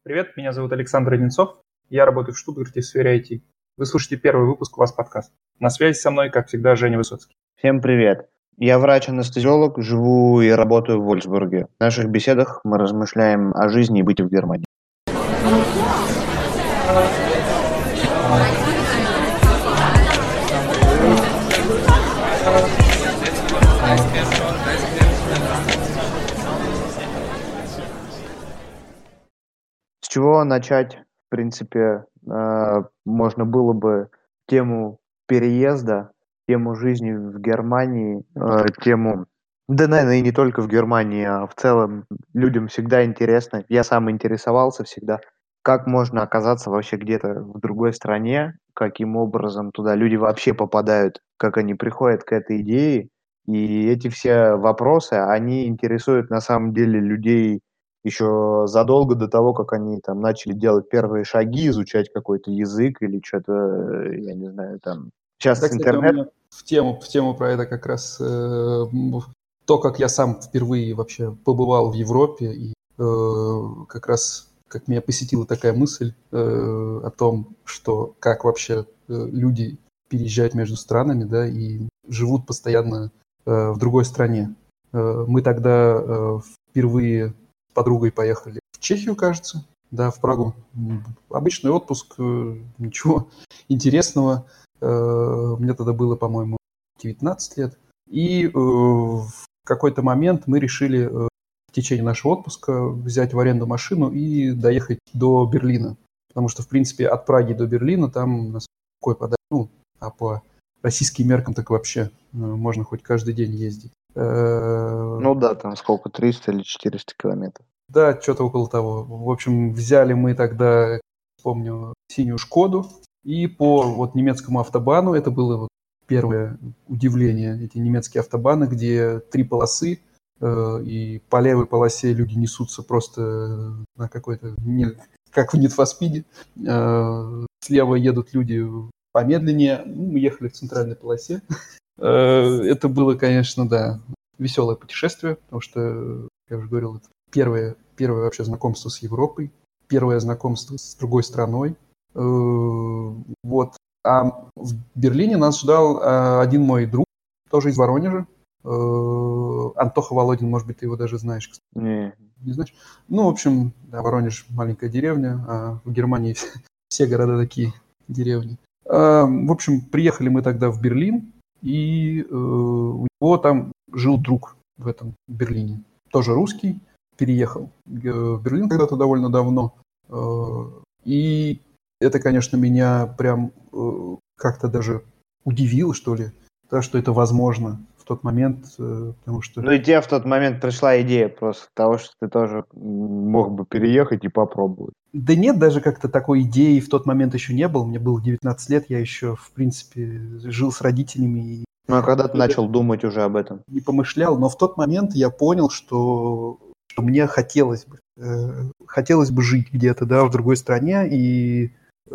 Привет, меня зовут Александр Одинцов. Я работаю в Штутгарте в сфере IT. Вы слушаете первый выпуск «У вас подкаст». На связи со мной, как всегда, Женя Высоцкий. Всем привет. Я врач-анестезиолог, живу и работаю в Вольфсбурге. В наших беседах мы размышляем о жизни и быте в Германии. С чего начать, в принципе, можно было бы тему переезда, тему жизни в Германии, тему, да, наверное, и не только в Германии, а в целом людям всегда интересно. Я сам интересовался всегда, как можно оказаться вообще где-то в другой стране, каким образом туда люди вообще попадают, как они приходят к этой идее. И эти все вопросы, они интересуют на самом деле людей еще задолго до того, как они там начали делать первые шаги, изучать какой-то язык или что-то, я не знаю, там. Сейчас Да, кстати, интернет. у меня в тему про это как раз то, как я сам впервые вообще побывал в Европе, и как раз как меня посетила такая мысль о том, что как вообще люди переезжают между странами, да, и живут постоянно в другой стране. Мы тогда впервые с подругой поехали в Чехию, кажется, да, в Прагу. Обычный отпуск, ничего интересного. Мне тогда было, по-моему, 19 лет. И в какой-то момент мы решили в течение нашего отпуска взять в аренду машину и доехать до Берлина. Потому что, в принципе, от Праги до Берлина там на какой подать, а по российским меркам так вообще можно хоть каждый день ездить. Ну да, там сколько, 300 или 400 километров. Да, что-то около того. В общем, взяли мы тогда, помню, синюю «Шкоду», и по вот немецкому автобану, это было вот первое удивление, эти немецкие автобаны, где 3 полосы, и по левой полосе люди несутся просто на какой-то, как в Need for Speed. Слева едут люди помедленнее. Мы ехали в центральной полосе. Это было, конечно, да, веселое путешествие, потому что, я уже говорил, это первое вообще знакомство с Европой, первое знакомство с другой страной. Вот. А в Берлине нас ждал один мой друг, тоже из Воронежа. Антоха Володин, может быть, ты его даже знаешь. Не знаешь? Ну, в общем, да, Воронеж маленькая деревня, а в Германии все города такие деревни. В общем, приехали мы тогда в Берлин, и у него там жил друг в этом Берлине, тоже русский, переехал в Берлин когда-то довольно давно. И это, конечно, меня прям как-то даже удивило, что ли, да, что это возможно в тот момент, потому что... Ну и тебе в тот момент пришла идея просто того, что ты тоже мог бы переехать и попробовать. Да нет, даже как-то такой идеи в тот момент еще не было. Мне было 19 лет, я еще, в принципе, жил с родителями. Ну а когда ты начал думать уже об этом? Не помышлял, но в тот момент я понял, что мне хотелось бы жить где-то, да, в другой стране, и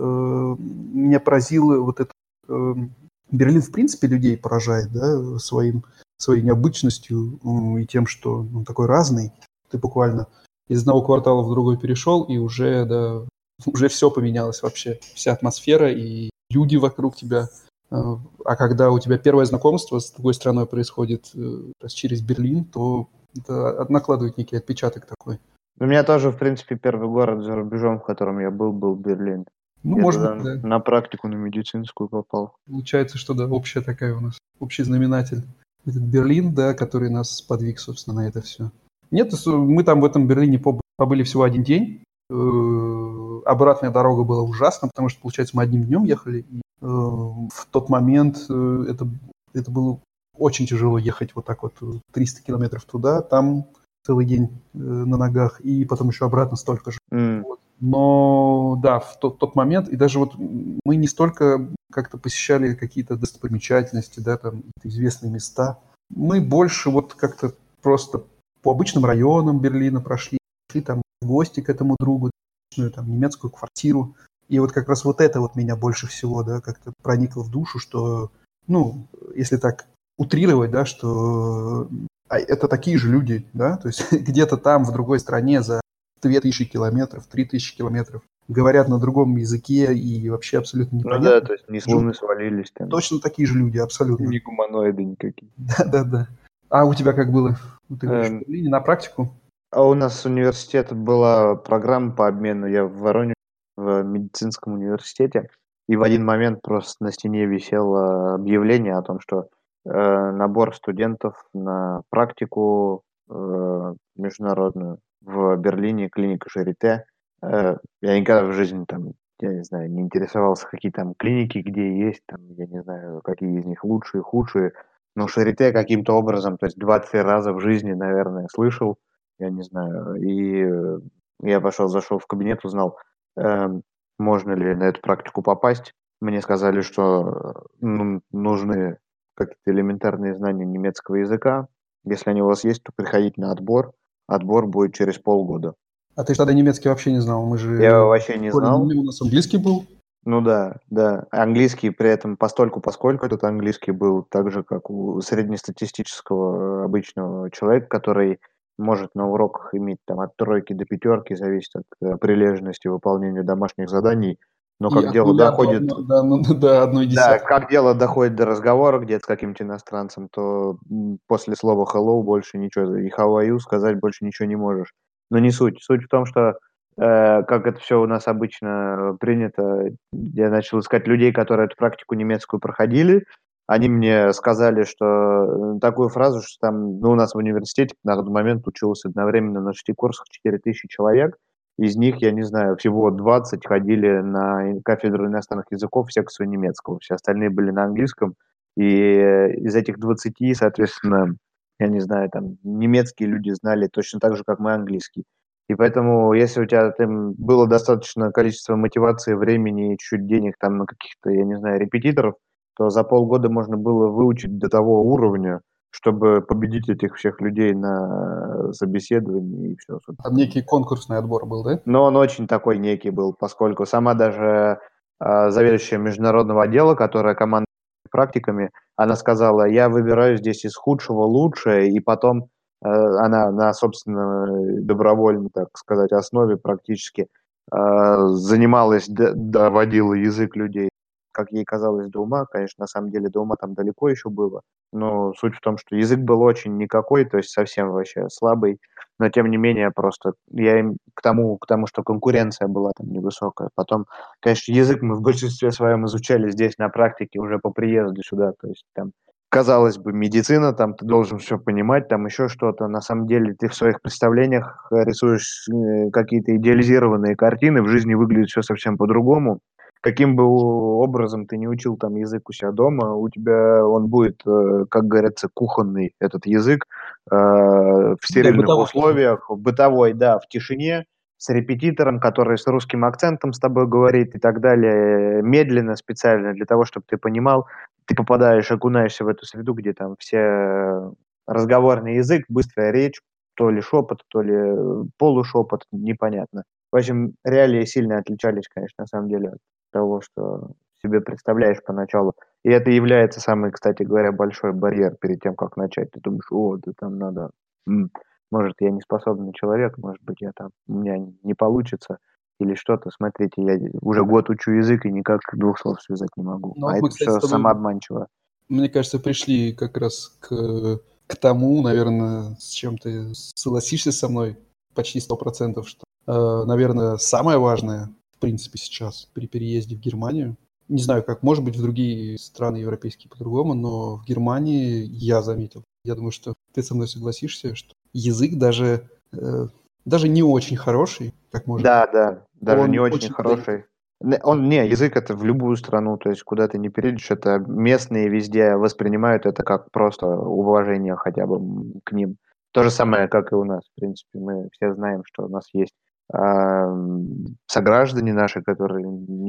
меня поразило вот это... Берлин, в принципе, людей поражает, да, своей необычностью и тем, что он такой разный. Ты буквально из одного квартала в другой перешел, и уже, да, уже все поменялось вообще. Вся атмосфера и люди вокруг тебя. А когда у тебя первое знакомство с другой страной происходит через Берлин, то это накладывает некий отпечаток такой. У меня тоже, в принципе, первый город за рубежом, в котором я был Берлин. Ну, я может быть, да. На практику, на медицинскую попал. Получается, что да, общая такая у нас, общий знаменатель. Этот Берлин, да, который нас сподвиг, собственно, на это все. Нет, мы там в этом Берлине побыли всего один день. Обратная дорога была ужасна, потому что, получается, мы одним днем ехали. И в тот момент это было очень тяжело ехать вот так вот 300 километров туда, там целый день на ногах, и потом еще обратно столько же. Вот. Но да, в тот момент, и даже вот мы не столько как-то посещали какие-то достопримечательности, да, там известные места, мы больше вот как-то просто по обычным районам Берлина прошли там в гости к этому другу, там немецкую квартиру. И вот как раз вот это вот меня больше всего, да, как-то проникло в душу, что, ну, если так утрировать, да, что это такие же люди, да, то есть где-то там в другой стране за 2000 километров, 3000 километров, говорят на другом языке и вообще абсолютно Ну да, непонятно. то есть не с Живут Луны свалились там, точно такие же люди, абсолютно. не гуманоиды никакие. Да-да-да. А у тебя как было? Ты говоришь, в Эм, Берлине на практику? А у нас университет была программа по обмену. Я в Воронеже в медицинском университете, и в один момент просто на стене висело объявление о том, что набор студентов на практику международную в Берлине, клиника Шарите. Я никогда в жизни там, я не знаю, не интересовался, какие там клиники, где есть, там, я не знаю, какие из них лучшие, худшие. Но Шарите каким-то образом, то есть 2-3 раза в жизни, наверное, слышал, я не знаю. И я зашел в кабинет, узнал, эм, можно ли на эту практику попасть. Мне сказали, что нужны какие-то элементарные знания немецкого языка. Если они у вас есть, то приходите на отбор. Отбор будет через полгода. А ты ж тогда немецкий вообще не знал. Мы Я же вообще в не школе знал. у нас английский был. Ну да, да. Английский при этом поскольку этот английский был так же, как у среднестатистического обычного человека, который может на уроках иметь там от тройки до пятерки, зависит от прилежности выполнения домашних заданий. Но И как от дело нуля до, доходит, до одной да, десятой. как дело доходит до разговора где-то с каким-то иностранцем, то после слова hello больше ничего, и how are you сказать больше ничего не можешь. Но не суть. Суть в том, что как это все у нас обычно принято, я начал искать людей, которые эту практику немецкую проходили. Они мне сказали, что такую фразу, что там, ну, у нас в университете на тот момент училось одновременно на 6 курсах 4000 человек. Из них, я не знаю, всего 20 ходили на кафедру иностранных языков в секцию немецкого. Все остальные были на английском. И из этих 20, соответственно, я не знаю, там немецкие люди знали точно так же, как мы английский. И поэтому, если у тебя там было достаточно количество мотивации, времени и чуть-чуть денег там на каких-то, я не знаю, репетиторов, то за полгода можно было выучить до того уровня, чтобы победить этих всех людей на собеседовании и все, Там собственно. некий конкурсный отбор был, да? Но он очень такой некий был, поскольку сама даже заведующая международного отдела, которая командует практиками, она сказала, я выбираю здесь из худшего лучшее, и потом она на, собственно, добровольной, так сказать, основе практически занималась, доводила язык людей, как ей казалось, до ума. Конечно, на самом деле до ума там далеко еще было, но суть в том, что язык был очень никакой, то есть совсем вообще слабый, но тем не менее просто я им к тому, что конкуренция была там невысокая. Потом, конечно, язык мы в большинстве своем изучали здесь на практике уже по приезду сюда, то есть там, казалось бы, медицина, там ты должен все понимать, там еще что-то. На самом деле ты в своих представлениях рисуешь какие-то идеализированные картины, в жизни выглядит все совсем по-другому. Каким бы образом ты не учил там язык у себя дома, у тебя он будет, как говорится, кухонный этот язык, в Да, стерильных бытовой язык. условиях, в бытовой, да, в тишине, с репетитором, который с русским акцентом с тобой говорит и так далее, медленно, специально, для того, чтобы ты понимал, ты попадаешь, окунаешься в эту среду, где там все разговорный язык, быстрая речь, то ли шепот, то ли полушепот, непонятно. В общем, реалии сильно отличались, конечно, на самом деле от того, что себе представляешь поначалу. И это является самый, кстати говоря, большой барьер перед тем, как начать. Ты думаешь, о, да там надо, может, я не способный человек, может быть, у меня не получится или что-то. Смотрите, я уже год учу язык и никак двух слов связать не могу. Ну А вот мы, это кстати, с все тобой, самообманчиво. мне кажется, пришли как раз к тому, наверное, с чем ты согласишься со мной почти 100%, что, наверное, самое важное, в принципе, сейчас при переезде в Германию, не знаю, как, может быть, в другие страны европейские по-другому, но в Германии я заметил, я думаю, что ты со мной согласишься, что язык даже не очень хороший, как может быть, Да, да, даже не он очень очень ценится. хороший. Язык это в любую страну, то есть куда ты не перейдешь, это местные везде воспринимают это как просто уважение хотя бы к ним. То же самое, как и у нас, в принципе. Мы все знаем, что у нас есть сограждане наши, которые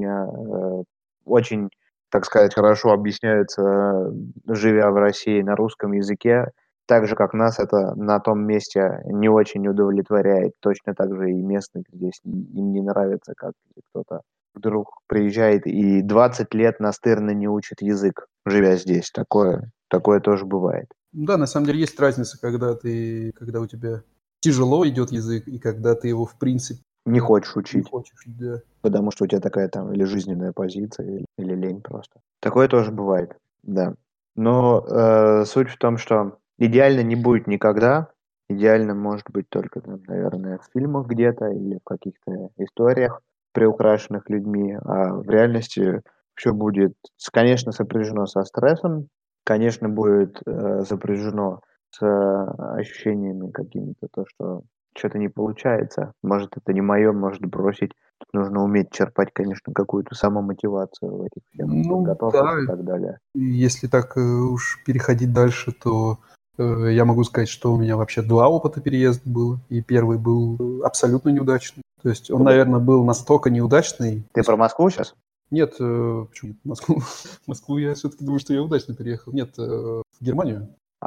очень, так сказать, хорошо объясняются, живя в России на русском языке, так же, как нас это на том месте не очень удовлетворяет. Точно так же и местных здесь им не нравится, как кто-то вдруг приезжает и 20 лет настырно не учит язык, живя здесь. Такое тоже бывает. Да, на самом деле есть разница, когда у тебя тяжело идет язык, и когда ты его, в принципе, Не хочешь не учить, хочешь, да. потому что у тебя такая там или жизненная позиция, или лень просто. Такое тоже бывает, да. Но суть в том, что идеально не будет никогда. Идеально может быть только, там, наверное, в фильмах где-то или в каких-то историях, приукрашенных людьми. А в реальности все будет, конечно, сопряжено со стрессом, конечно, будет сопряжено с ощущениями какими-то, то, что что-то не получается. Может, это не мое, может бросить. Тут нужно уметь черпать, конечно, какую-то самомотивацию в этих всех Ну подготовках да, и так далее. если так уж переходить дальше, то я могу сказать, что у меня вообще два опыта переезда было. И первый был абсолютно неудачный. То есть он, Куда? наверное, был настолько неудачный. Ты про Москву сейчас? Нет, почему нет? Москву? В Москву я все-таки думаю, что я удачно переехал. Нет, в Германию.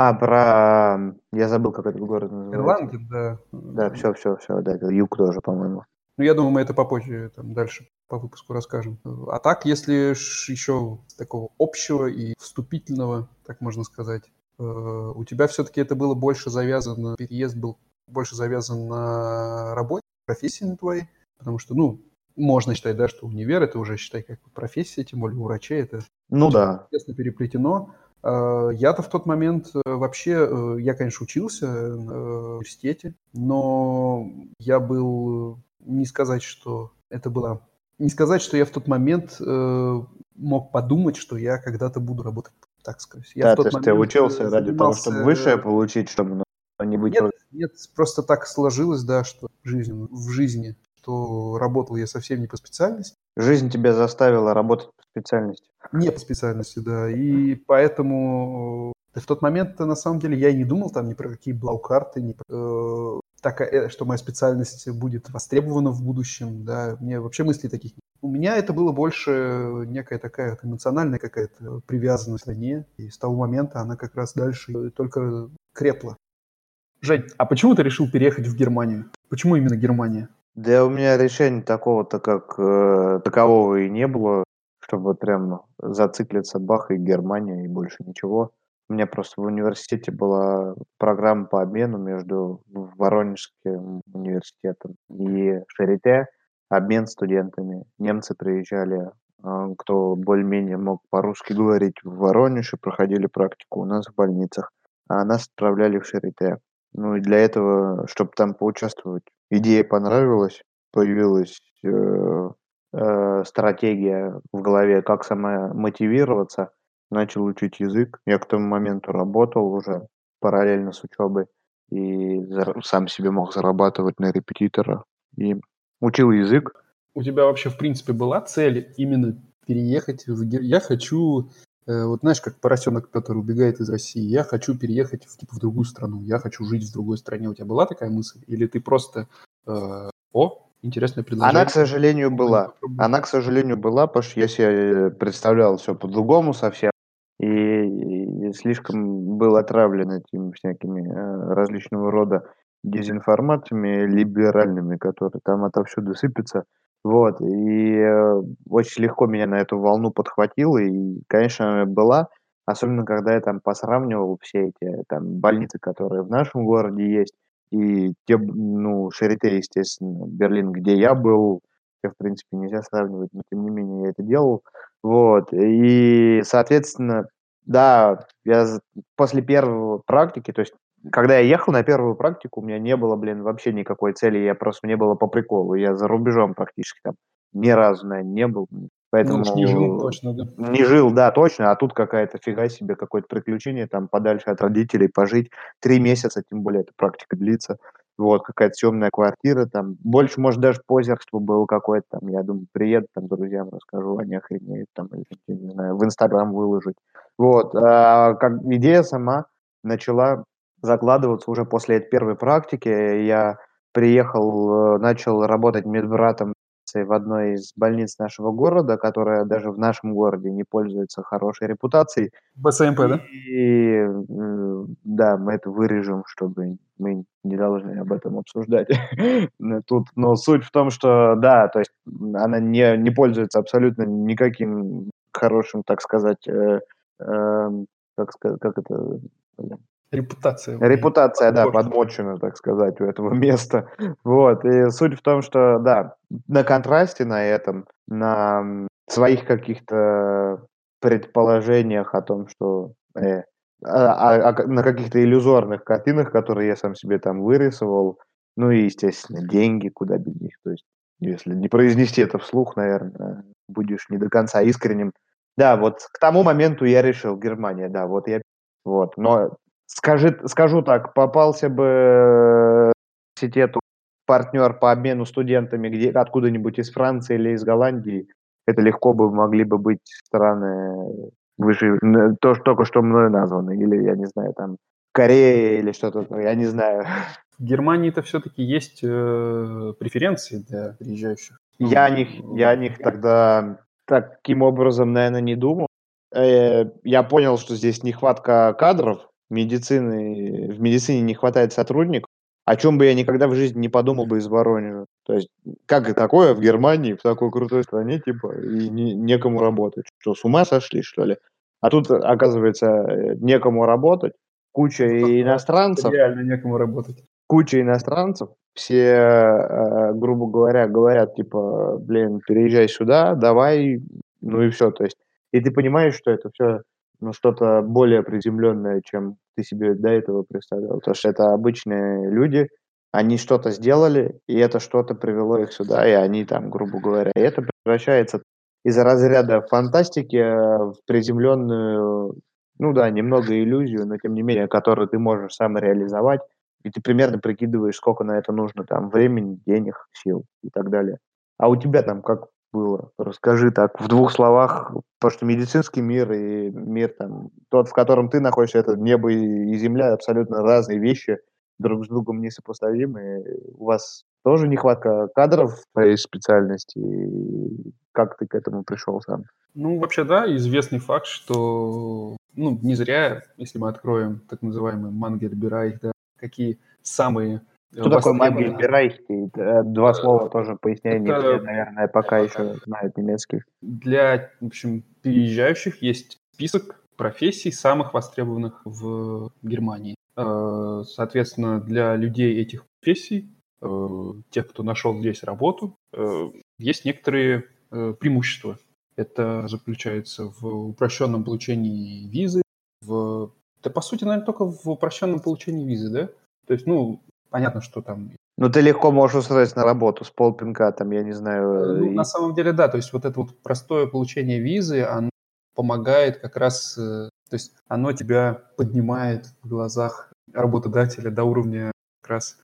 Я забыл, как этот город называется. Ирландия, да. Да, все, да, это юг тоже, по-моему. Ну, я думаю, мы это попозже, там, дальше по выпуску расскажем. А так, если еще такого общего и вступительного, так можно сказать, у тебя все-таки это было больше завязано, переезд был больше завязан на работе, профессии на твоей, потому что, ну, можно считать, да, что универ это уже, считай, как профессия, тем более у врачей это Ну все да. тесно переплетено. Я-то в тот момент вообще, я, конечно, учился в университете, но я был, не сказать, что это было, не сказать, что я в тот момент мог подумать, что я когда-то буду работать, так сказать. Я в Да, то тот есть ты момент учился ради того, чтобы высшее занимался... получить, чтобы не быть... Нет, нет, просто так сложилось, да, что в жизни, что работал я совсем не по специальности. Жизнь тебя заставила работать по специальности. Не по специальности, да. И поэтому в тот момент на самом деле я и не думал там ни про какие блаукарты, ни про, что моя специальность будет востребована в будущем, да. Мне вообще мыслей таких нет. У меня это было больше некая такая вот эмоциональная какая-то привязанность к стране. И с того момента она как раз дальше только крепла. Жень, а почему ты решил переехать в Германию? Почему именно Германия? Да у меня решения такого-то как такового и не было, чтобы прям зациклиться, бах, и Германия, и больше ничего. У меня просто в университете была программа по обмену между Воронежским университетом и Шарите, обмен студентами. Немцы приезжали, кто более-менее мог по-русски говорить, в Воронеж и проходили практику у нас в больницах, а нас отправляли в Шарите. Ну и для этого, чтобы там поучаствовать, идея понравилась, появилась стратегия в голове, как самомотивироваться, начал учить язык. Я к тому моменту работал уже параллельно с учебой и сам себе мог зарабатывать на репетитора и учил язык. У тебя вообще, в принципе, была цель именно переехать в Германию? Я хочу, вот знаешь, как поросенок Петр убегает из России, я хочу переехать в другую страну, я хочу жить в другой стране. У тебя была такая мысль? Или ты просто, интересное Она, к предложение, сожалению, почему бы не была. попробовать? Она, к сожалению, была, потому что я себе представлял все по-другому совсем. И слишком был отравлен этими всякими различного рода дезинформациями либеральными, которые там отовсюду сыпятся. Вот. И очень легко меня на эту волну подхватило. И, конечно, она была. Особенно, когда я там посравнивал все эти там больницы, которые в нашем городе есть, и те, ну, Шарите, естественно, Берлин, где я был, в принципе, нельзя сравнивать, но тем не менее я это делал. Вот. И, соответственно, да, после первой практики, то есть, когда я ехал на первую практику, у меня не было, вообще никакой цели, мне было по приколу. Я за рубежом практически там ни разу, наверное, не был. Ну уж не жил Поэтому точно, да. не жил, да, точно, а тут какая-то фига себе, какое-то приключение, там подальше от родителей пожить 3 месяца, тем более эта практика длится. Вот, какая-то съемная квартира, там, больше, может, даже позерство было какое-то, там, я думаю, приеду, там, друзьям расскажу, они охренеют, там, или, не знаю, в Инстаграм выложить. Вот, как идея сама начала закладываться уже после этой первой практики. Я приехал, начал работать медбратом в одной из больниц нашего города, которая даже в нашем городе не пользуется хорошей репутацией. БСМП, да? И да, мы это вырежем, чтобы мы не должны об этом обсуждать тут. Но суть в том, что да, то есть она не пользуется абсолютно никаким хорошим, так сказать, как это, блин, Репутация. Репутация, да, подмочена, так сказать, у этого места. Вот. И суть в том, что, да, на контрасте на этом, на своих каких-то предположениях о том, что на каких-то иллюзорных картинах, которые я сам себе там вырисовал, ну и, естественно, деньги, куда без них. То есть, если не произнести это вслух, наверное, будешь не до конца искренним. Да, вот к тому моменту я решил, Германия, да, вот я... Вот, но скажу так, попался бы университету партнер по обмену студентами откуда-нибудь из Франции или из Голландии, это легко бы могли бы быть страны выше, только что мною названы, или, я не знаю, там, Корея или что-то такое, я не знаю. В Германии-то все-таки есть преференции для приезжающих. Я о них тогда таким образом, наверное, не думал. Я понял, что здесь нехватка кадров, в медицине не хватает сотрудников, о чем бы я никогда в жизни не подумал бы из Воронежа. То есть, как и такое в Германии, в такой крутой стране, типа, и некому работать. Что, с ума сошли, что ли? А тут, оказывается, некому работать, куча иностранцев. Реально некому работать. Куча иностранцев, все, грубо говоря, говорят, типа, блин, переезжай сюда, давай, ну и все. То есть, и ты понимаешь, что это все что-то более приземленное, чем ты себе до этого представлял. Потому что это обычные люди, они что-то сделали, и это что-то привело их сюда, и они там, грубо говоря, и это превращается из разряда фантастики в приземленную, ну да, немного иллюзию, но тем не менее, которую ты можешь сам реализовать, и ты примерно прикидываешь, сколько на это нужно там времени, денег, сил и так далее. А у тебя там как было? Расскажи так в двух словах, потому что медицинский мир и мир там, тот, в котором ты находишься, это небо и земля, абсолютно разные вещи, друг с другом несопоставимые. У вас тоже нехватка кадров в твоей специальности? И как ты к этому пришел сам? Ну, вообще, да, известный факт, что, ну, не зря, если мы откроем так называемый Мангельберайх, да, какие самые Что такое востребованные... Мангельберайх? Два слова тоже поясняй, не все, Это наверное, пока еще знают немецкий. для, в общем, переезжающих есть список профессий, самых востребованных в Германии. Соответственно, для людей этих профессий, тех, кто нашел здесь работу, есть некоторые преимущества. Это заключается в упрощенном получении визы, да, по сути, наверное, только в упрощенном получении визы, да? То есть, ну, понятно, что там... Ну, ты легко можешь устроиться на работу с полпинка, там, я не знаю. Ну, на самом деле, да, то есть вот это вот простое получение визы, оно помогает как раз, то есть оно тебя поднимает в глазах работодателя до уровня как раз,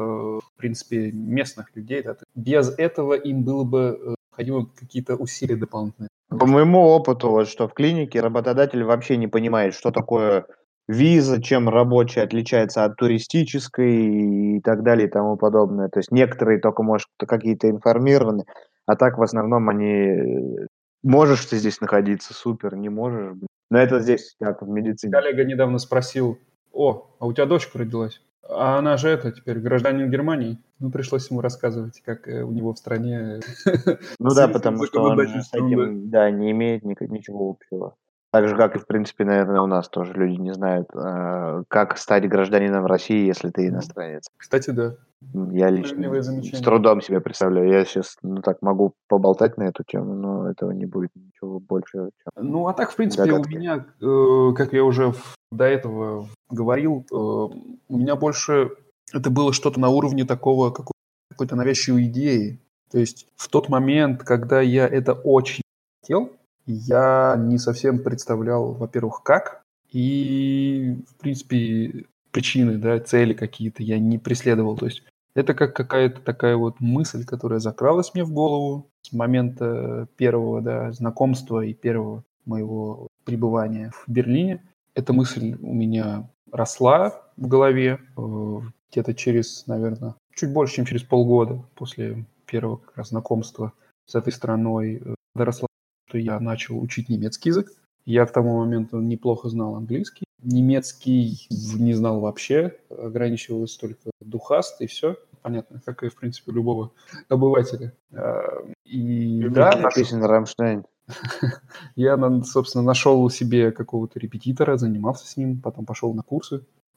в принципе, местных людей. Да. Без этого им было бы необходимы какие-то усилия дополнительные. По моему опыту, вот что в клинике работодатель вообще не понимает, что такое виза, чем рабочая отличается от туристической и так далее и тому подобное. То есть некоторые только, может, какие-то информированы, а так в основном они... Можешь ты здесь находиться, супер, не можешь. Но это здесь как в медицине. Коллега недавно спросил: а у тебя дочка родилась? А она же теперь гражданин Германии. Ну, пришлось ему рассказывать, как у него в стране... Ну да, потому что он же с этим, да, не имеет ничего общего. Так же, как и, в принципе, наверное, у нас тоже люди не знают, как стать гражданином России, если ты иностранец. Кстати, да. Я лично с трудом себе представляю. Я сейчас, ну так, могу поболтать на эту тему, но этого не будет ничего больше. Ну, а так, в принципе, у меня, как я уже до этого говорил, у меня больше это было что-то на уровне такого какой-то навязчивой идеи. То есть в тот момент, когда я это очень хотел, я не совсем представлял, во-первых, как, и, в принципе, причины, да, цели какие-то я не преследовал. То есть это как какая-то такая вот мысль, которая закралась мне в голову с момента первого, да, знакомства и первого моего пребывания в Берлине. Эта мысль у меня росла в голове где-то через, наверное, чуть больше, чем через полгода после первого как раз знакомства с этой страной. Доросла, что я начал учить немецкий язык. Я к тому моменту неплохо знал английский. Немецкий не знал вообще, ограничивалось только духаст и все. Понятно, как и, в принципе, у любого обывателя. И да, написано Рамштайн. Я, собственно, нашел себе какого-то репетитора, занимался с ним, потом пошел на курсы.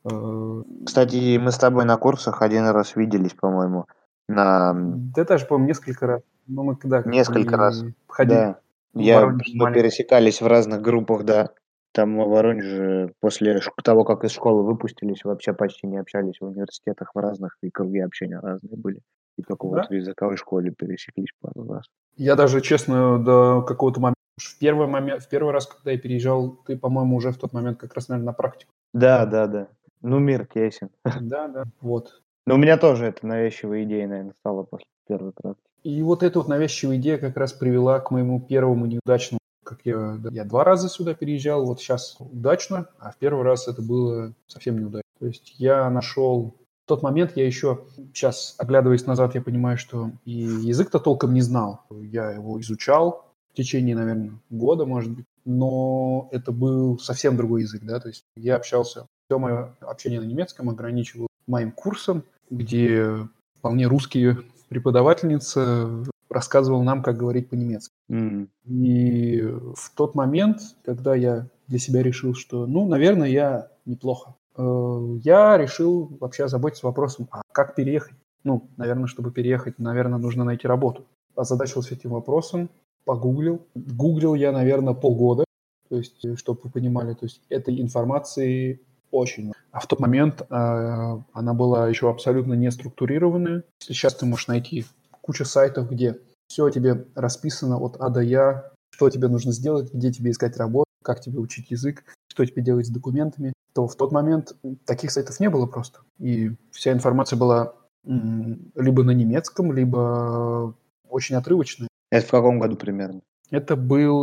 Кстати, мы с тобой на курсах один раз виделись, по-моему, на Да даже, по-моему, несколько раз. Но мы когда как несколько раз. ходили Да. в Воронеж Мы маленький. пересекались в разных группах, да. Там в Воронеже после того, как из школы выпустились, вообще почти не общались в университетах в разных, и круги общения разные были. И только вот Да? в языковой школе пересеклись пару раз. Я даже, честно, до какого-то момента, в первый раз, когда я переезжал, ты, по-моему, уже в тот момент как раз, наверное, на практику. Да, да, да. Ну, мир тесен. Да, да. Вот. Но у меня тоже эта навязчивая идея, наверное, стала после первой практики. И вот эта вот навязчивая идея как раз привела к моему первому неудачному, как я 2 раза сюда переезжал, вот сейчас удачно, а в первый раз это было совсем неудачно. То есть я нашел... В тот момент я еще, сейчас оглядываясь назад, я понимаю, что и язык-то толком не знал. Я его изучал в течение, наверное, года, может быть, но это был совсем другой язык, да, то есть я общался, все мое общение на немецком ограничивалось моим курсом, где вполне русские преподавательница рассказывала нам, как говорить по-немецки. М. И в тот момент, когда я для себя решил, что, ну, наверное, я неплохо, я решил вообще озаботиться вопросом, а как переехать? Ну, наверное, чтобы переехать, наверное, нужно найти работу. Озадачился этим вопросом, погуглил. Гуглил я, наверное, полгода, то есть, чтобы вы понимали, то есть этой информации очень много. А в тот момент она была еще абсолютно не структурированная. Сейчас ты можешь найти кучу сайтов, где все тебе расписано от А до Я, что тебе нужно сделать, где тебе искать работу, как тебе учить язык, что тебе делать с документами. То в тот момент таких сайтов не было просто. И вся информация была либо на немецком, либо очень отрывочная. Это в каком году примерно? Это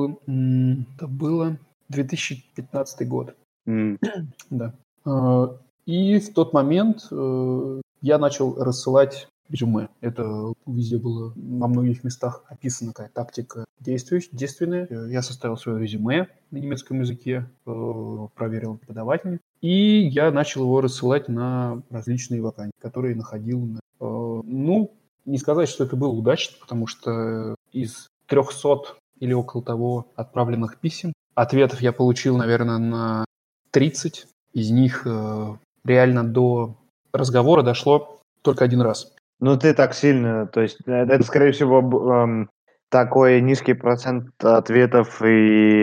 было 2015 год. М. Да. И в тот момент я начал рассылать резюме. Это везде было, во многих местах описана такая тактика действенная. Я составил свое резюме на немецком языке, проверил преподавателя, и я начал его рассылать на различные вакансии, которые находил. Ну, не сказать, что это было удачно, потому что из 300 или около того отправленных писем ответов я получил, наверное, на 30. Из них реально до разговора дошло только один раз. Ну, ты так сильно, то есть это, скорее всего, такой низкий процент ответов и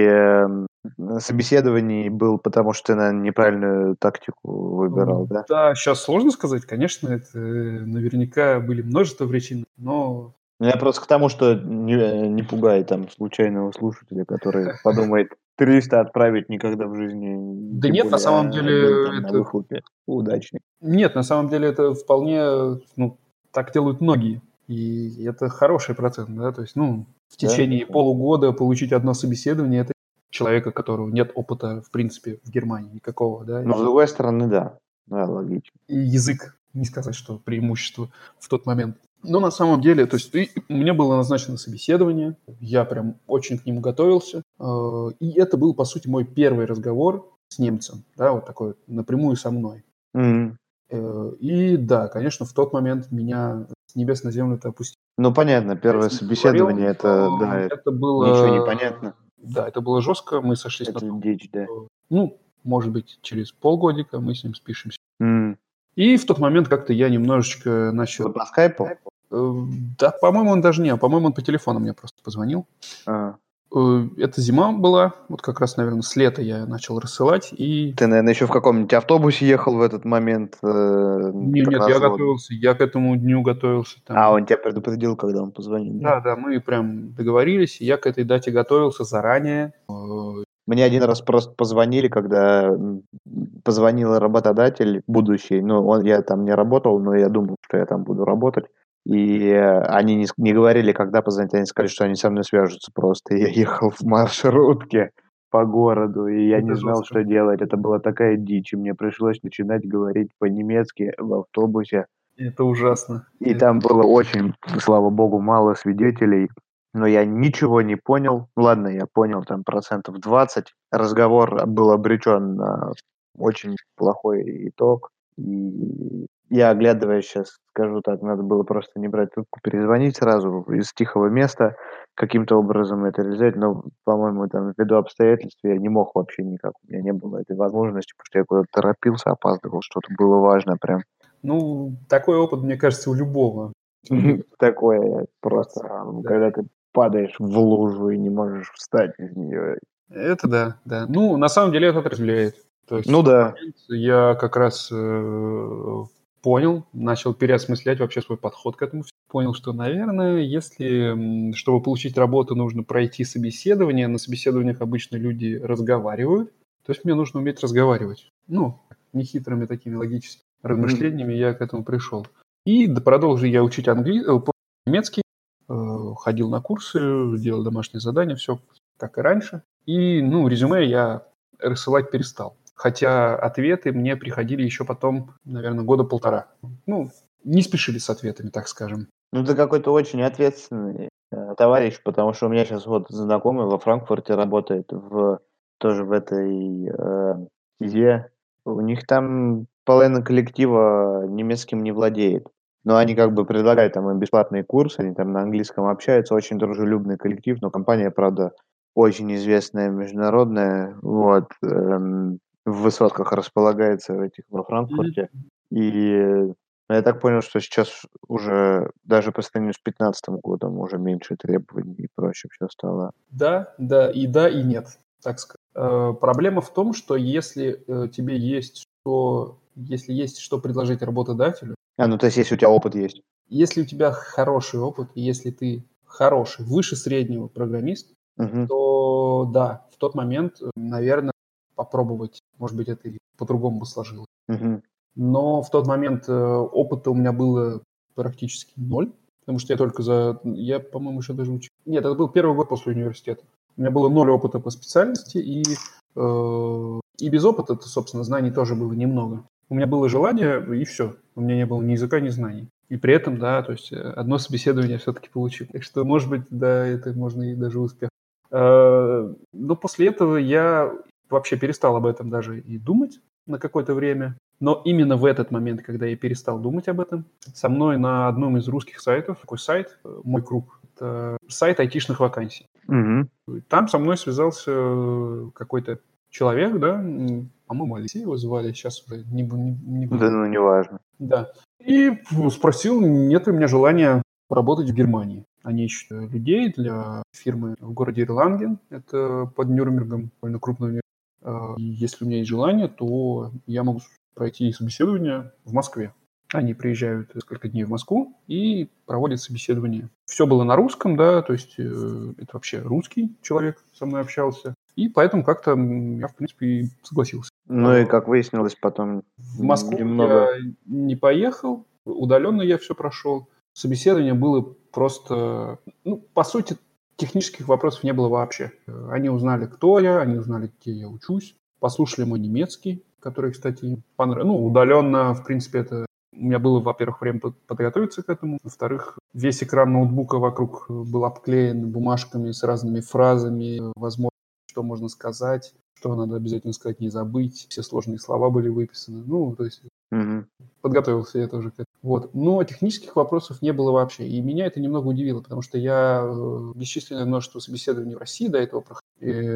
собеседований был, потому что ты, наверное, неправильную тактику выбирал, да? Да, сейчас сложно сказать, конечно, это наверняка были множество причин, но... Ну, я просто к тому, что не пугай там случайного слушателя, который подумает 300 отправить никогда в жизни, Да тем нет, на более самом один деле там на это... выхлопе удачный. Нет, на самом деле это вполне, ну, так делают многие. И это хороший процент, да, то есть, ну, в Да? течение полугода получить одно собеседование, это человека, у которого нет опыта, в принципе, в Германии никакого, да, Но с другой стороны, да. Да, логично. и язык, не сказать, что преимущество в тот момент. Но на самом деле, то есть мне было назначено собеседование, я прям очень к нему готовился, и это был, по сути, мой первый разговор с немцем, да, вот такой вот напрямую со мной. Мгм. И да, конечно, в тот момент меня с небес на землю это опустило. Ну, понятно, Я первое с ним поговорил, собеседование, это, да, это ничего не было, понятно. да, это было жестко, мы сошлись на Это том, дичь, да. что, ну, может быть, через полгодика мы с ним спишемся. М. И в тот момент как-то я немножечко начал... Вы по скайпу? Да, по-моему, он даже не, по-моему, он по телефону мне просто позвонил. А. Это зима была, вот как раз, наверное, с лета я начал рассылать, и... Ты, наверное, еще в каком-нибудь автобусе ехал в этот момент, Нет, я развода. готовился, я к этому дню готовился. А, Там... он тебя предупредил, когда он позвонил, да? Да, да, мы прям договорились, и я к этой дате готовился заранее. Мне один раз просто позвонили, когда позвонил работодатель будущий. Ну, я там не работал, но я думал, что я там буду работать. И они не говорили, когда позвонить, они сказали, что они со мной свяжутся просто. И я ехал в маршрутке по городу, и я не Это знал, жестко. что делать. Это была такая дичь, и мне пришлось начинать говорить по-немецки в автобусе. Это ужасно. И там было очень, слава богу, мало свидетелей, но я ничего не понял. Ладно, я понял там 20%. Разговор был обречен на очень плохой итог. И Я, оглядываясь сейчас, скажу так, надо было просто не брать трубку, перезвонить сразу из тихого места, каким-то образом это реализовать, но, по-моему, там ввиду обстоятельств я не мог вообще никак. У меня не было этой возможности, потому что я куда-то торопился, опаздывал, что-то было важно прям. Ну, такой опыт, мне кажется, у любого человека. Такое просто, Да. когда ты падаешь в лужу и не можешь встать из нее. Это да, да. Ну, на самом деле это отрезвляет. То есть в Ну тот да. момент я как раз понял, начал переосмыслять вообще свой подход к этому. Понял, что, наверное, если, чтобы получить работу, нужно пройти собеседование, на собеседованиях обычно люди разговаривают, то есть мне нужно уметь разговаривать. Ну, нехитрыми такими логическими размышлениями я к этому пришел. И продолжил я учить немецкий, ходил на курсы, делал домашние задания, все как и раньше. И, ну, резюме я рассылать перестал. Хотя ответы мне приходили еще потом, наверное, года полтора. Ну, не спешили с ответами, так скажем. Ну, ты какой-то очень ответственный товарищ, потому что у меня сейчас вот знакомый во Франкфурте работает тоже в этой стезе. У них там половина коллектива немецким не владеет. Но они как бы предлагают там им бесплатные курсы, они там на английском общаются, очень дружелюбный коллектив, но компания, правда, очень известная международная, вот, в высотках располагается во Франкфурте. И я так понял, что сейчас уже даже по сравнению с 15 годом уже меньше требований и проще все стало. Да, да, и нет, так сказать. Проблема в том, что если тебе если есть что предложить работодателю, Ну то есть если у тебя опыт есть. если у тебя хороший опыт, и если ты хороший, выше среднего программист, Мгм. то да, в тот момент, наверное, попробовать, может быть, это и по-другому бы сложилось. Мгм. Но в тот момент опыта у меня было практически ноль, потому что я, по-моему, еще даже учил. Нет, это был первый год после университета. У меня было ноль опыта по специальности, и без опыта, собственно, знаний тоже было немного. У меня было желание, и все. У меня не было ни языка, ни знаний. И при этом, да, то есть одно собеседование я все-таки получил. Так что, может быть, да, это можно и даже успех. Но после этого я вообще перестал об этом даже и думать на какое-то время. Но именно в этот момент, когда я перестал думать об этом, со мной на одном из русских сайтов, такой сайт, «Мой круг», это сайт айтишных вакансий. Мгм. Там со мной связался какой-то человек, да, по-моему, Алексей его звали, сейчас уже не Да, буду. ну неважно. Да. И спросил, нет ли у меня желания поработать в Германии. Они ищут людей для фирмы в городе Ирланген, это под Нюрнбергом, довольно крупный университет. И если у меня есть желание, то я могу пройти собеседование в Москве. Они приезжают несколько дней в Москву и проводят собеседование. Все было на русском, да, то есть это вообще русский человек со мной общался. И поэтому как-то я, в принципе, и согласился. Ну и как выяснилось потом В Москву немного. я не поехал, удаленно я все прошел. Собеседование было просто, ну, по сути, технических вопросов не было вообще. Они узнали, кто я, они узнали, где я учусь, послушали мой немецкий, который, кстати, им понравился. Ну, удаленно, в принципе, это у меня было, во-первых, время подготовиться к этому, во-вторых, весь экран ноутбука вокруг был обклеен бумажками с разными фразами, возможно, что можно сказать, что надо обязательно сказать, не забыть. Все сложные слова были выписаны. Ну, то есть Мгм. подготовился я тоже к этому. Вот. Но технических вопросов не было вообще. И меня это немного удивило, потому что я бесчисленное множество собеседований в России до этого проходил.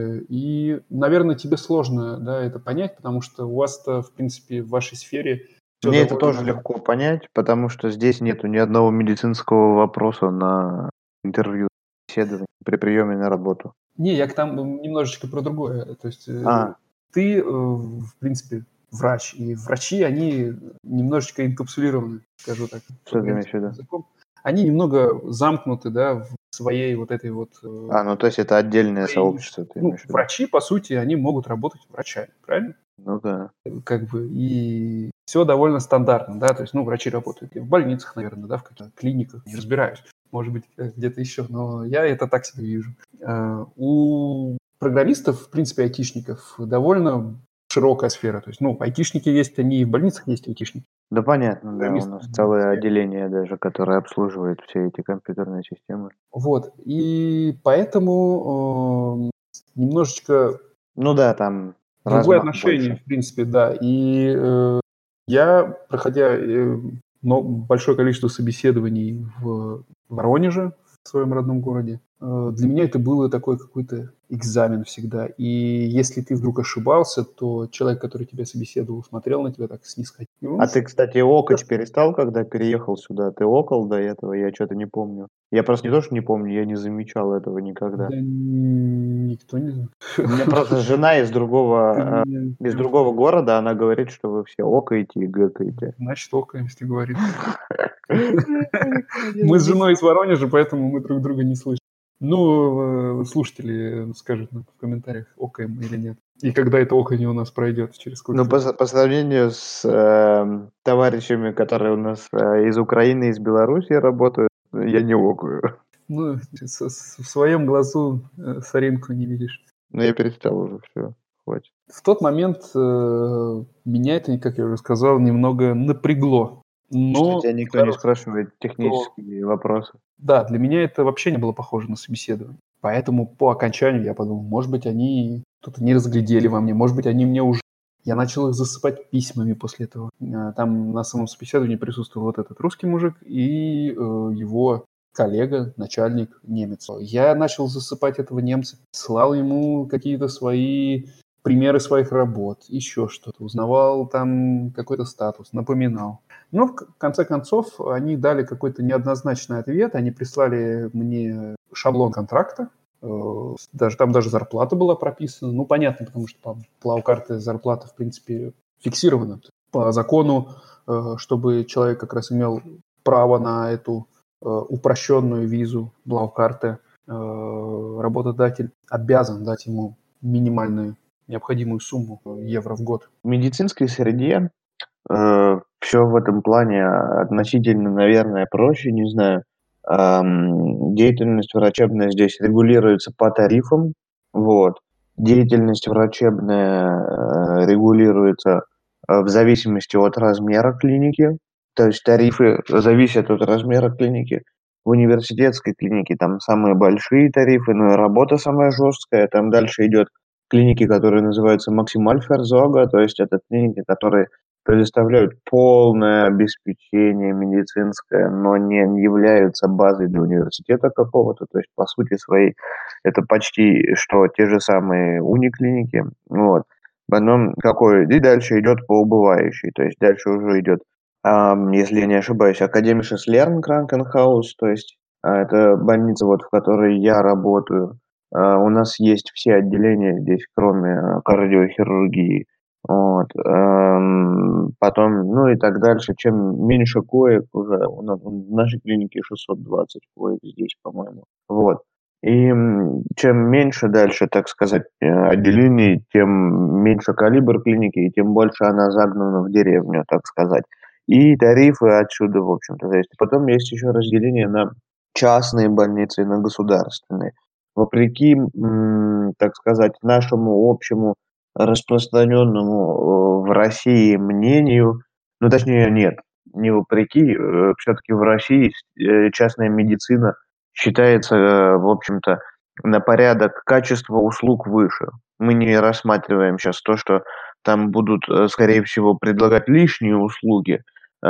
И, наверное, тебе сложно, да, это понять, потому что у вас-то, в принципе, в вашей сфере все Мне это тоже довольно... легко понять, потому что здесь нету ни одного медицинского вопроса на интервью, собеседование при приеме на работу. Не, я там немножечко про другое. То есть А, ты, в принципе, врач, и врачи, они немножечко инкапсулированы, скажу так, что ты имеешь в программистским виду? языком. Они немного замкнуты, да, в своей вот этой вот... Ну то есть это отдельное своей сообщество, нише. ты Ну, имеешь в виду? врачи, по сути, они могут работать врачами, правильно? Ну да. Как бы, и все довольно стандартно, да, то есть, ну, врачи работают и в больницах, наверное, да, в каких-то клиниках, не разбираюсь, может быть, где-то еще, но я это так себе вижу. У программистов, в принципе, айтишников, довольно широкая сфера, то есть, ну, айтишники есть, они и в больницах есть айтишники, Да понятно, да, у программисты нас в целое сфере. отделение даже, которое обслуживает все эти компьютерные системы. Вот, и поэтому немножечко Ну да, там другое размах отношение, больше. в принципе, да, и Я, проходя большое количество собеседований в Воронеже, в своем родном городе, для меня это было такой какой-то экзамен всегда. И если ты вдруг ошибался, то человек, который тебя собеседовал, смотрел на тебя так снисходительно. А ты, кстати, окать перестал, когда переехал сюда? Ты окал до этого? Я что-то не помню. Я просто не то, что не помню, я не замечал этого никогда. Да никто не знает. У меня просто жена из Ты другого меня города, она говорит, что вы все окаете и гэкаете. значит, окаемся, говорит. Мы с женой из Воронежа, поэтому мы друг друга не слышим. Ну, слушатели скажут нам в комментариях, окаем мы или нет. И когда это оканье у нас пройдет, через сколько Ну, по сравнению с товарищами, которые у нас из Украины, из Беларуси работают, я не окаю. Ну, в своем глазу соринку не видишь. Но я перестал уже, все, хватит. В тот момент меня это, как я уже сказал, немного напрягло. Что Но тебя никто не спрашивает технические вопросы. да, для меня это вообще не было похоже на собеседование. Поэтому по окончанию я подумал, может быть, они что-то не разглядели во мне, может быть, они мне уже... Я начал их засыпать письмами после этого. Там на самом собеседовании присутствовал вот этот русский мужик и его коллега, начальник, немец. Я начал засыпать этого немца, слал ему какие-то свои примеры своих работ, еще что-то. Узнавал там какой-то статус, напоминал. Но в конце концов они дали какой-то неоднозначный ответ. Они прислали мне шаблон контракта. Там даже зарплата была прописана. Ну, понятно, потому что по Блау-карте зарплата, в принципе, фиксирована. По закону, чтобы человек как раз имел право на эту упрощенную визу Блау-карте, работодатель обязан дать ему минимальную необходимую сумму евро в год. В медицинской среде все в этом плане относительно, наверное, проще, не знаю. Деятельность врачебная здесь регулируется по тарифам, вот. Деятельность врачебная регулируется в зависимости от размера клиники, то есть тарифы зависят от размера клиники. В университетской клинике там самые большие тарифы, но и работа самая жесткая. Там дальше идет клиники, которые называются Максимальферзога, то есть это клиники, которые предоставляют полное обеспечение медицинское, но не являются базой для университета какого-то. То есть, по сути своей, это почти что те же самые униклиники. Вот. Потом какой? И дальше идет по убывающей. То есть дальше уже идет, если я не ошибаюсь, Академишес Лерн Кранкенхаус, то есть это больница, вот, в которой я работаю. У нас есть все отделения здесь, кроме кардиохирургии. Вот. Потом, ну и так дальше. Чем меньше коек уже, у нас в нашей клинике 620 коек здесь, по-моему. Вот. И чем меньше дальше, так сказать, отделений, тем меньше калибр клиники, и тем больше она загнана в деревню, так сказать. И тарифы отсюда, в общем-то, зависят. Потом есть еще разделение на частные больницы и на государственные. Вопреки, так сказать, нашему общему распространенному в России мнению, ну, точнее, нет, не вопреки, все-таки в России частная медицина считается, в общем-то, на порядок качества услуг выше. Мы не рассматриваем сейчас то, что там будут, скорее всего, предлагать лишние услуги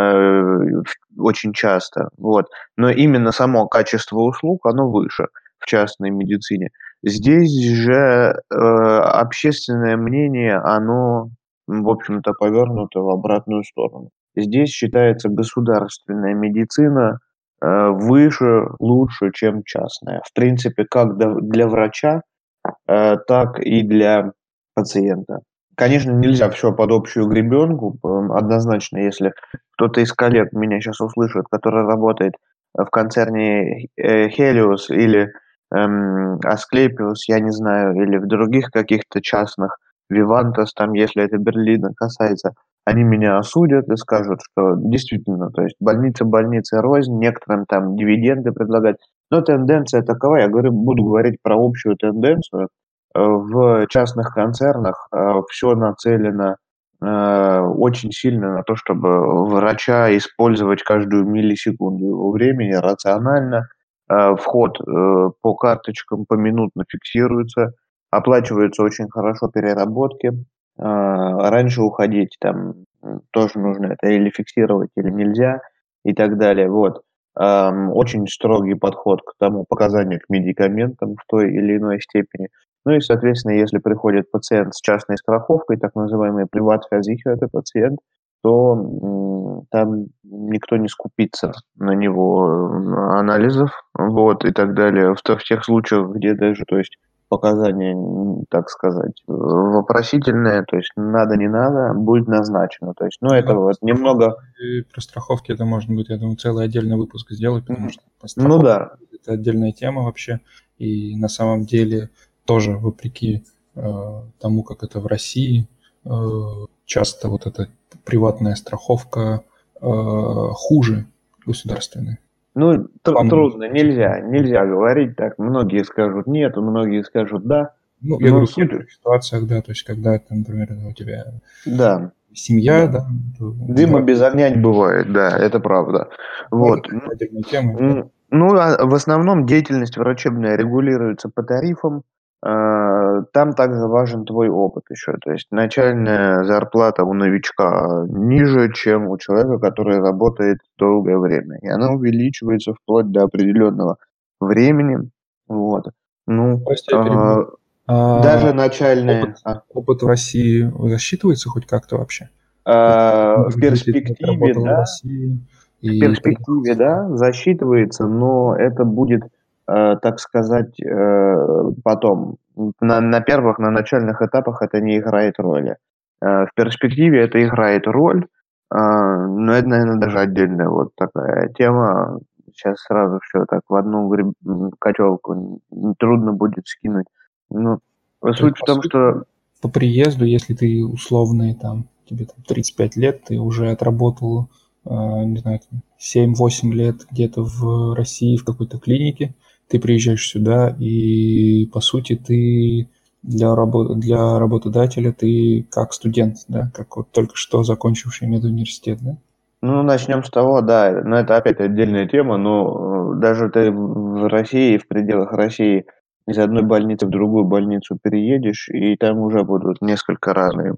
очень часто, вот. Но именно само качество услуг, оно выше в частной медицине. Здесь же общественное мнение, оно, в общем-то, повернуто в обратную сторону. Здесь считается государственная медицина выше, лучше, чем частная. В принципе, как для врача, так и для пациента. Конечно, нельзя все под общую гребенку. Однозначно, если кто-то из коллег меня сейчас услышит, который работает в концерне Helios или Асклепиус, я не знаю, или в других каких-то частных, Вивантас, там, если это Берлина касается, они меня осудят и скажут, что действительно, то есть больница рознь, некоторым там дивиденды предлагать. Но тенденция такова, я говорю, буду говорить про общую тенденцию. В частных концернах все нацелено очень сильно на то, чтобы врача использовать каждую миллисекунду его времени рационально. Вход по карточкам поминутно фиксируется, оплачиваются очень хорошо переработки. Раньше уходить там тоже нужно это или фиксировать, или нельзя, и так далее. Вот. Очень строгий подход к тому показанию к медикаментам в той или иной степени. Ну и, соответственно, если приходит пациент с частной страховкой, так называемый приват-versicherter пациент, то там никто не скупится на него анализов, вот, и так далее. В тех случаях, где даже, то есть, показания, так сказать, вопросительные, то есть надо, не надо, будет назначено. То есть, ну, это вот немного... И про страховки это можно будет, я думаю, целый отдельный выпуск сделать, потому что по Ну страховке да, это отдельная тема вообще. И на самом деле тоже вопреки тому, как это в России, часто вот эта приватная страховка хуже государственной. ну, трудно, нельзя говорить так. Многие скажут нет, многие скажут да. Ну, я Но говорю, в суть, некоторых ситуациях, да, то есть когда, там, например, у тебя да, семья, да, дыма без огня не бывает, да, это правда. Вот. это отдельная тема. Да. Ну, а в основном деятельность врачебная регулируется по тарифам. Там также важен твой опыт еще. То есть начальная зарплата у новичка ниже, чем у человека, который работает долгое время. И она увеличивается вплоть до определенного времени. Вот. Ну, Прости, я перебью. даже начальные... Опыт в России засчитывается хоть как-то вообще? В Может, 10 лет перспективе, работал в да, России в и приехал перспективе, сюда. да, засчитывается, но это будет, так сказать, потом. На начальных этапах это не играет роли. В перспективе это играет роль, но это, наверное, даже отдельная вот такая тема. Сейчас сразу все так в одну котелку трудно будет скинуть. Ну, То есть, суть в по том, сути, что по приезду, если ты условный, там, тебе там 35 лет, ты уже отработал, не знаю, 7-8 лет где-то в России в какой-то клинике, ты приезжаешь сюда, и, по сути, ты для работодателя ты как студент, да, как вот только что закончивший медуниверситет, да? ну, начнем с того, да, но это опять отдельная тема, но даже ты в России, в пределах России из одной больницы в другую больницу переедешь, и там уже будут несколько разные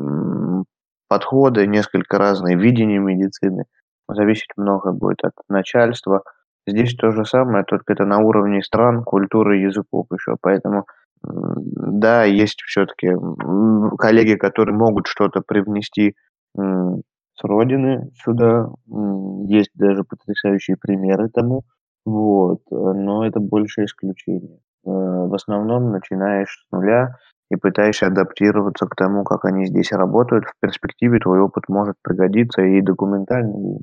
подходы, несколько разные видения медицины. Зависеть много будет от начальства. Здесь то же самое, только это на уровне стран, культуры, языков еще. Поэтому, да, есть все-таки коллеги, которые могут что-то привнести с родины сюда. Есть даже потрясающие примеры тому. Вот. Но это больше исключение. В основном начинаешь с нуля и пытаешься адаптироваться к тому, как они здесь работают. В перспективе твой опыт может пригодиться и документально,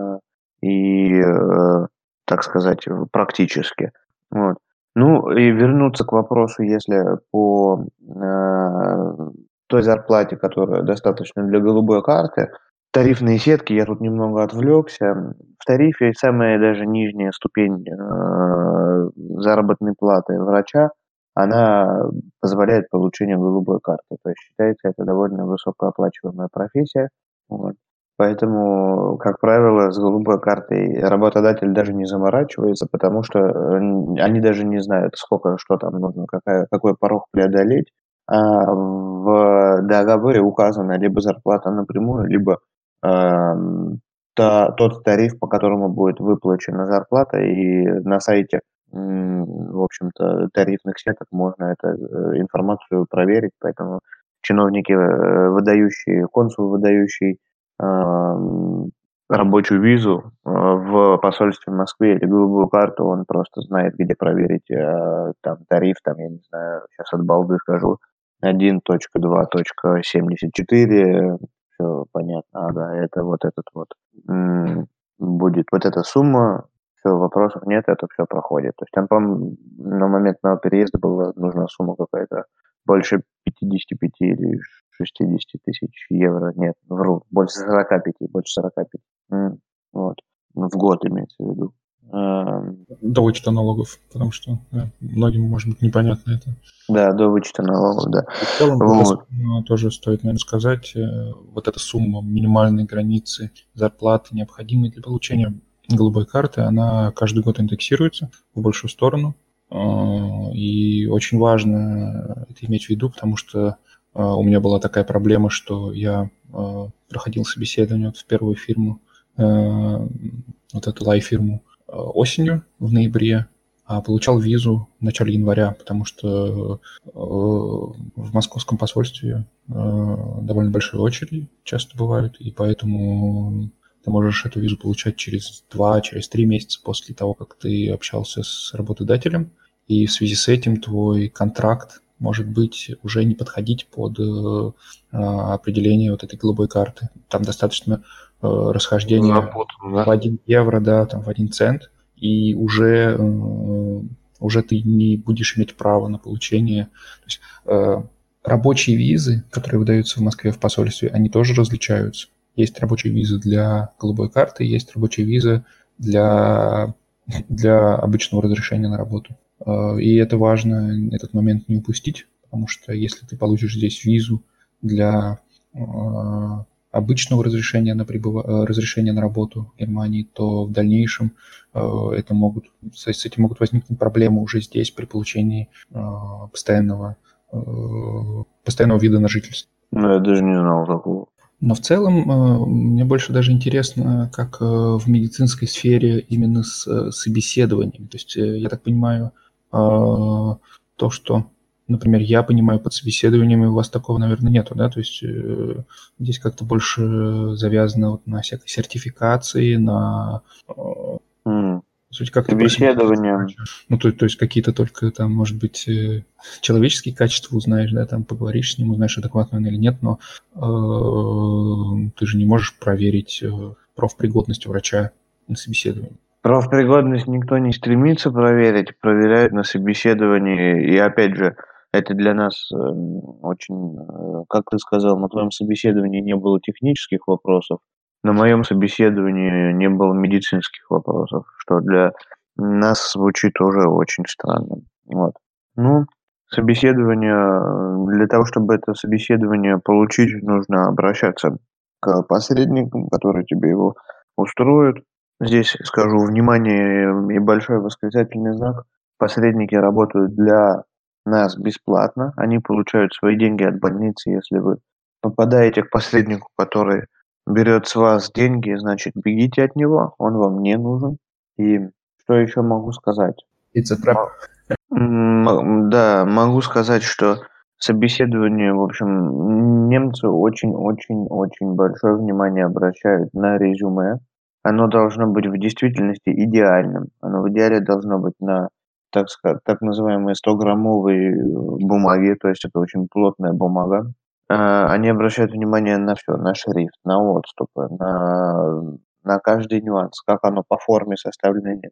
и так сказать, практически. Вот. Ну и вернуться к вопросу, если по той зарплате, которая достаточно для голубой карты, тарифные сетки, я тут немного отвлекся. В тарифе самая даже нижняя ступень заработной платы врача, она позволяет получение голубой карты. То есть считается это довольно высокооплачиваемая профессия. Вот. Поэтому, как правило, с голубой картой работодатель даже не заморачивается, потому что они даже не знают, сколько, что там нужно, какой порог преодолеть. А в договоре указана либо зарплата напрямую, либо тот тариф, по которому будет выплачена зарплата, и на сайте, в общем-то, тарифных сеток можно эту информацию проверить, поэтому чиновники, консул, выдающий рабочую визу в посольстве в Москве или голубую карту, он просто знает, где проверить там тариф, там, я не знаю, сейчас от балды скажу, 1.2.74, все понятно, ага, это вот этот вот будет вот эта сумма, все, вопросов нет, это все проходит. То есть там, по-моему, на момент моего переезда была нужна сумма какая-то больше 55 или 60 тысяч евро. Нет, вру, больше 45, больше 45. Вот. Ну, в год имеется в виду. До вычета налогов, потому что да, многим может быть непонятно это. Да, до вычета налогов, да. И в целом, Вот. тоже стоит, наверное, сказать, вот эта сумма минимальной границы зарплаты, необходимой для получения голубой карты, она каждый год индексируется в большую сторону. И очень важно это иметь в виду, потому что У меня была такая проблема, что я проходил собеседование в первую фирму, вот эту лай-фирму, осенью, в ноябре, а получал визу в начале января, потому что в московском посольстве довольно большие очереди часто бывают, и поэтому ты можешь эту визу получать через 2, через 3 месяца после того, как ты общался с работодателем, и в связи с этим твой контракт может быть уже не подходить под определение вот этой голубой карты. Там достаточно расхождение Запутано, в 1 евро, да, там в 1 цент, и уже ты не будешь иметь права на получение. То есть, рабочие визы, которые выдаются в Москве в посольстве, они тоже различаются. Есть рабочие визы для голубой карты, есть рабочие визы для обычного разрешения на работу. И это важно, этот момент не упустить, потому что если ты получишь здесь визу для обычного разрешения на работу в Германии, то в дальнейшем с этим могут возникнуть проблемы уже здесь при получении постоянного вида на жительство. Ну, я даже не знал такого. Но в целом мне больше даже интересно, как в медицинской сфере именно с собеседованием. То есть я так понимаю, то, что, например, я понимаю под собеседованием, и у вас такого, наверное, нету, да? То есть здесь как-то больше завязано вот на всякой сертификации, на суть как-то Собеседование. Ну, то есть какие-то только там, может быть, человеческие качества узнаешь, да, там поговоришь с ним, узнаешь, адекватный он или нет, но ты же не можешь проверить профпригодность врача на собеседовании. Профпригодность никто не стремится проверить, проверяют на собеседовании. И опять же, это для нас очень, как ты сказал, на твоем собеседовании не было технических вопросов, на моем собеседовании не было медицинских вопросов, что для нас звучит уже очень странно. Вот. Ну, собеседование, для того, чтобы это собеседование получить, нужно обращаться к посредникам, которые тебе его устроят. Здесь скажу внимание и большой восклицательный знак. Посредники работают для нас бесплатно. Они получают свои деньги от больницы. Если вы попадаете к посреднику, который берет с вас деньги, значит, бегите от него. Он вам не нужен. И что еще могу сказать? It's a trap. Да, могу сказать, что собеседование, в общем, немцы очень-очень-очень большое внимание обращают на резюме. Оно должно быть в действительности идеальным. Оно в идеале должно быть на, так называемой 100-граммовой бумаге, то есть это очень плотная бумага. Они обращают внимание на все, на шрифт, на отступы, на каждый нюанс, как оно по форме составлено или нет.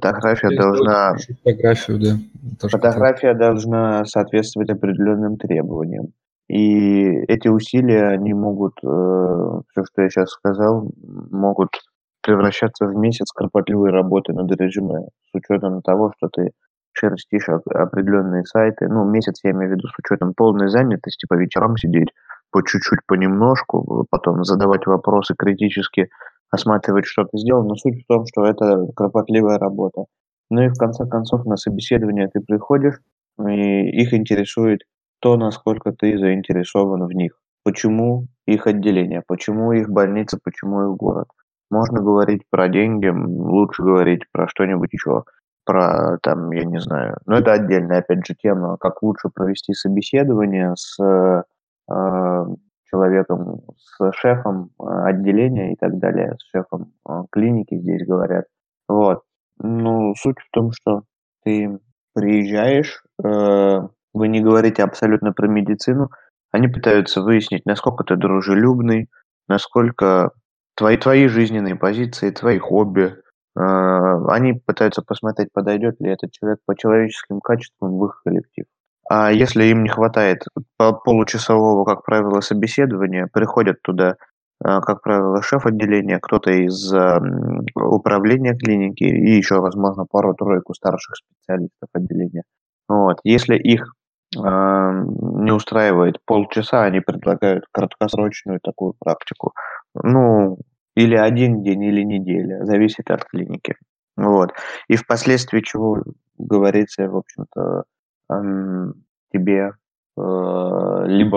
Фотография должна соответствовать определенным требованиям. И эти усилия, они могут, все, что я сейчас сказал, могут превращаться в месяц кропотливой работы над резюме, с учетом того, что ты шерстишь определенные сайты. Ну, месяц я имею в виду с учетом полной занятости, по вечерам сидеть по чуть-чуть, понемножку, потом задавать вопросы критически, осматривать, что ты сделал. Но суть в том, что это кропотливая работа. Ну и в конце концов на собеседование ты приходишь, и их интересует то, насколько ты заинтересован в них. Почему их отделение, почему их больница, почему их город. Можно говорить про деньги, лучше говорить про что-нибудь еще. Про, там, я не знаю, но это отдельная, опять же, тема, как лучше провести собеседование с человеком, с шефом отделения и так далее, с шефом клиники здесь говорят. Вот. Ну, суть в том, что ты приезжаешь, вы не говорите абсолютно про медицину, они пытаются выяснить, насколько ты дружелюбный, насколько твои жизненные позиции, твои хобби. Они пытаются посмотреть, подойдет ли этот человек по человеческим качествам в их коллектив. А если им не хватает получасового, как правило, собеседования, приходят туда, как правило, шеф отделения, кто-то из управления клиники и еще, возможно, пару-тройку старших специалистов отделения. Вот. Если их не устраивает полчаса, они предлагают краткосрочную такую практику. Ну, или 1 день, или неделя, зависит от клиники. Вот. И впоследствии чего говорится, в общем-то, тебе либо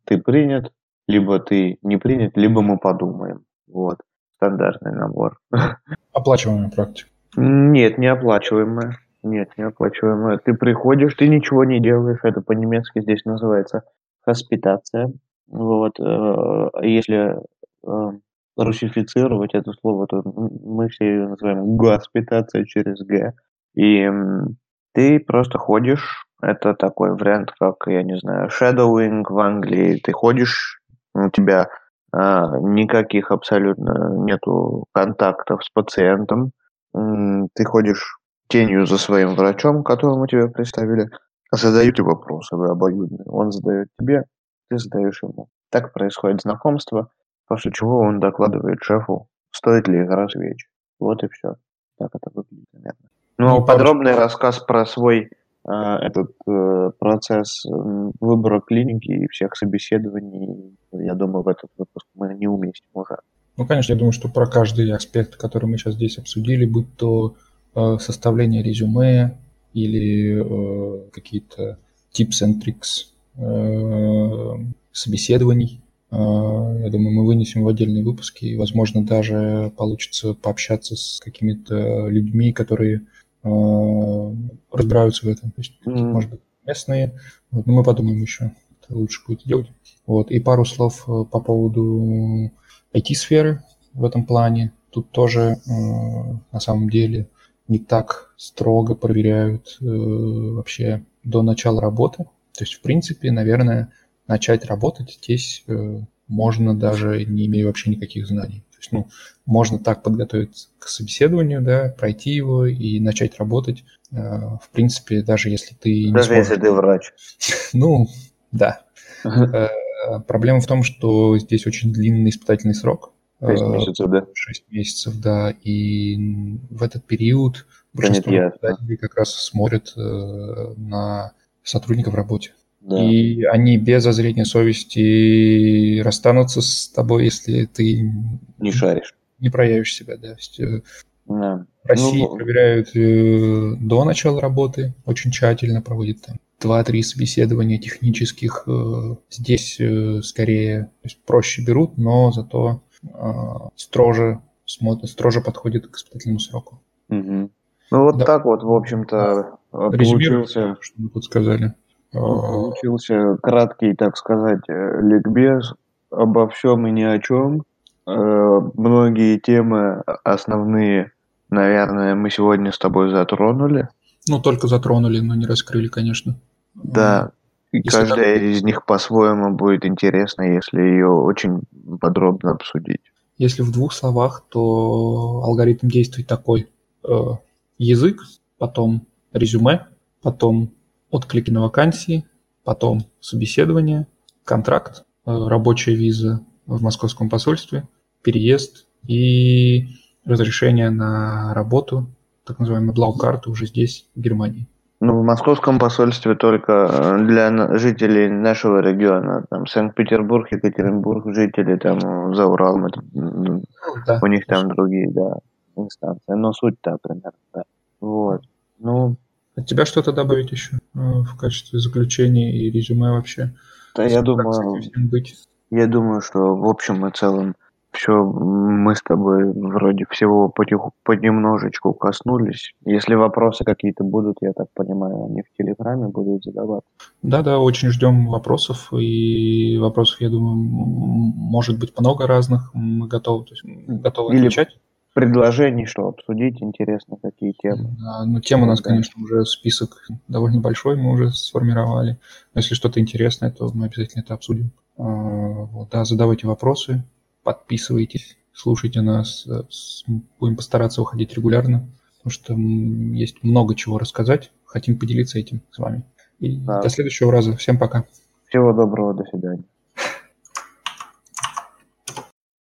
ты принят, либо ты не принят, либо мы подумаем. Вот. Стандартный набор. Оплачиваемая практика. Нет, не оплачиваемая. Нет, не оплачиваемая. Ты приходишь, ты ничего не делаешь. Это по-немецки здесь называется хоспитация. Вот. Если русифицировать это слово, то мы все ее называем госпитация через Г. И ты просто ходишь. Это такой вариант, как, я не знаю, shadowing в Англии. Ты ходишь, у тебя никаких абсолютно нету контактов с пациентом. Ты ходишь тенью за своим врачом, которому тебя представили, задаете вопросы, вы обоюдны. Он задает тебе, ты задаешь ему. Так происходит знакомство, после чего он докладывает шефу, стоит ли игра свеч. Вот и все. Так это выглядит примерно. Ну, Ну, подробный рассказ про свой этот процесс выбора клиники и всех собеседований, я думаю, в этот выпуск мы не уместим уже. Ну, конечно, я думаю, что про каждый аспект, который мы сейчас здесь обсудили, будь то составление резюме или какие-то tips and tricks собеседований, я думаю, мы вынесем в отдельные выпуски, и, возможно, даже получится пообщаться с какими-то людьми, которые разбираются в этом. То есть, может быть, местные. Вот, но мы подумаем еще, это лучше будет делать. Вот. И пару слов по поводу IT-сферы в этом плане. Тут тоже на самом деле не так строго проверяют вообще до начала работы. То есть, в принципе, наверное, начать работать здесь можно даже не имея вообще никаких знаний. То есть, можно так подготовиться к собеседованию, да, пройти его и начать работать. В принципе, даже если ты не даже сможешь... если ты врач. Ну, да. Проблема в том, что здесь очень длинный испытательный срок. 6 месяцев, да? 6 месяцев, да. И в этот период большинство работодателей как раз смотрят на сотрудников в работе. Да. И они без зазрения совести расстанутся с тобой, если ты не шаришь, не проявишь себя. Да. В России проверяют до начала работы очень тщательно, проводят там 2-3 собеседования технических. Здесь скорее проще берут, но зато строже подходит к испытательному сроку. Угу. Ну вот да. Так вот, в общем-то, получился, что мы тут сказали. Получился краткий, так сказать, ликбез обо всем и ни о чем. Многие темы основные, наверное, мы сегодня с тобой затронули. Ну, только затронули, но не раскрыли, конечно. Да, и каждая из них по-своему будет интересна, если ее очень подробно обсудить. Если в 2 словах, то алгоритм действий такой. Язык, потом резюме, потом отклики на вакансии, потом собеседование, контракт, рабочая виза в московском посольстве, переезд и разрешение на работу, так называемая блау-карта уже здесь, в Германии. Ну, в московском посольстве только для жителей нашего региона, там Санкт-Петербург, Екатеринбург, жители там за Уралом, да, у них там другие, да, инстанции, но суть-то примерно, да. Вот, ну... От тебя что-то добавить еще в качестве заключения и резюме вообще? Да, я думаю, что в общем и целом все мы с тобой вроде всего понемножечку коснулись. Если вопросы какие-то будут, я так понимаю, они в Телеграме будут задаваться. Да, очень ждем вопросов. И вопросов, я думаю, может быть много разных. Мы готовы отвечать. Предложений, что обсудить, интересно, какие темы. Да, ну, тем у нас, конечно, уже список довольно большой, мы уже сформировали. Но если что-то интересное, то мы обязательно это обсудим. Да, задавайте вопросы, подписывайтесь, слушайте нас. Будем постараться выходить регулярно, потому что есть много чего рассказать. Хотим поделиться этим с вами. И до следующего раза. Всем пока. Всего доброго, до свидания.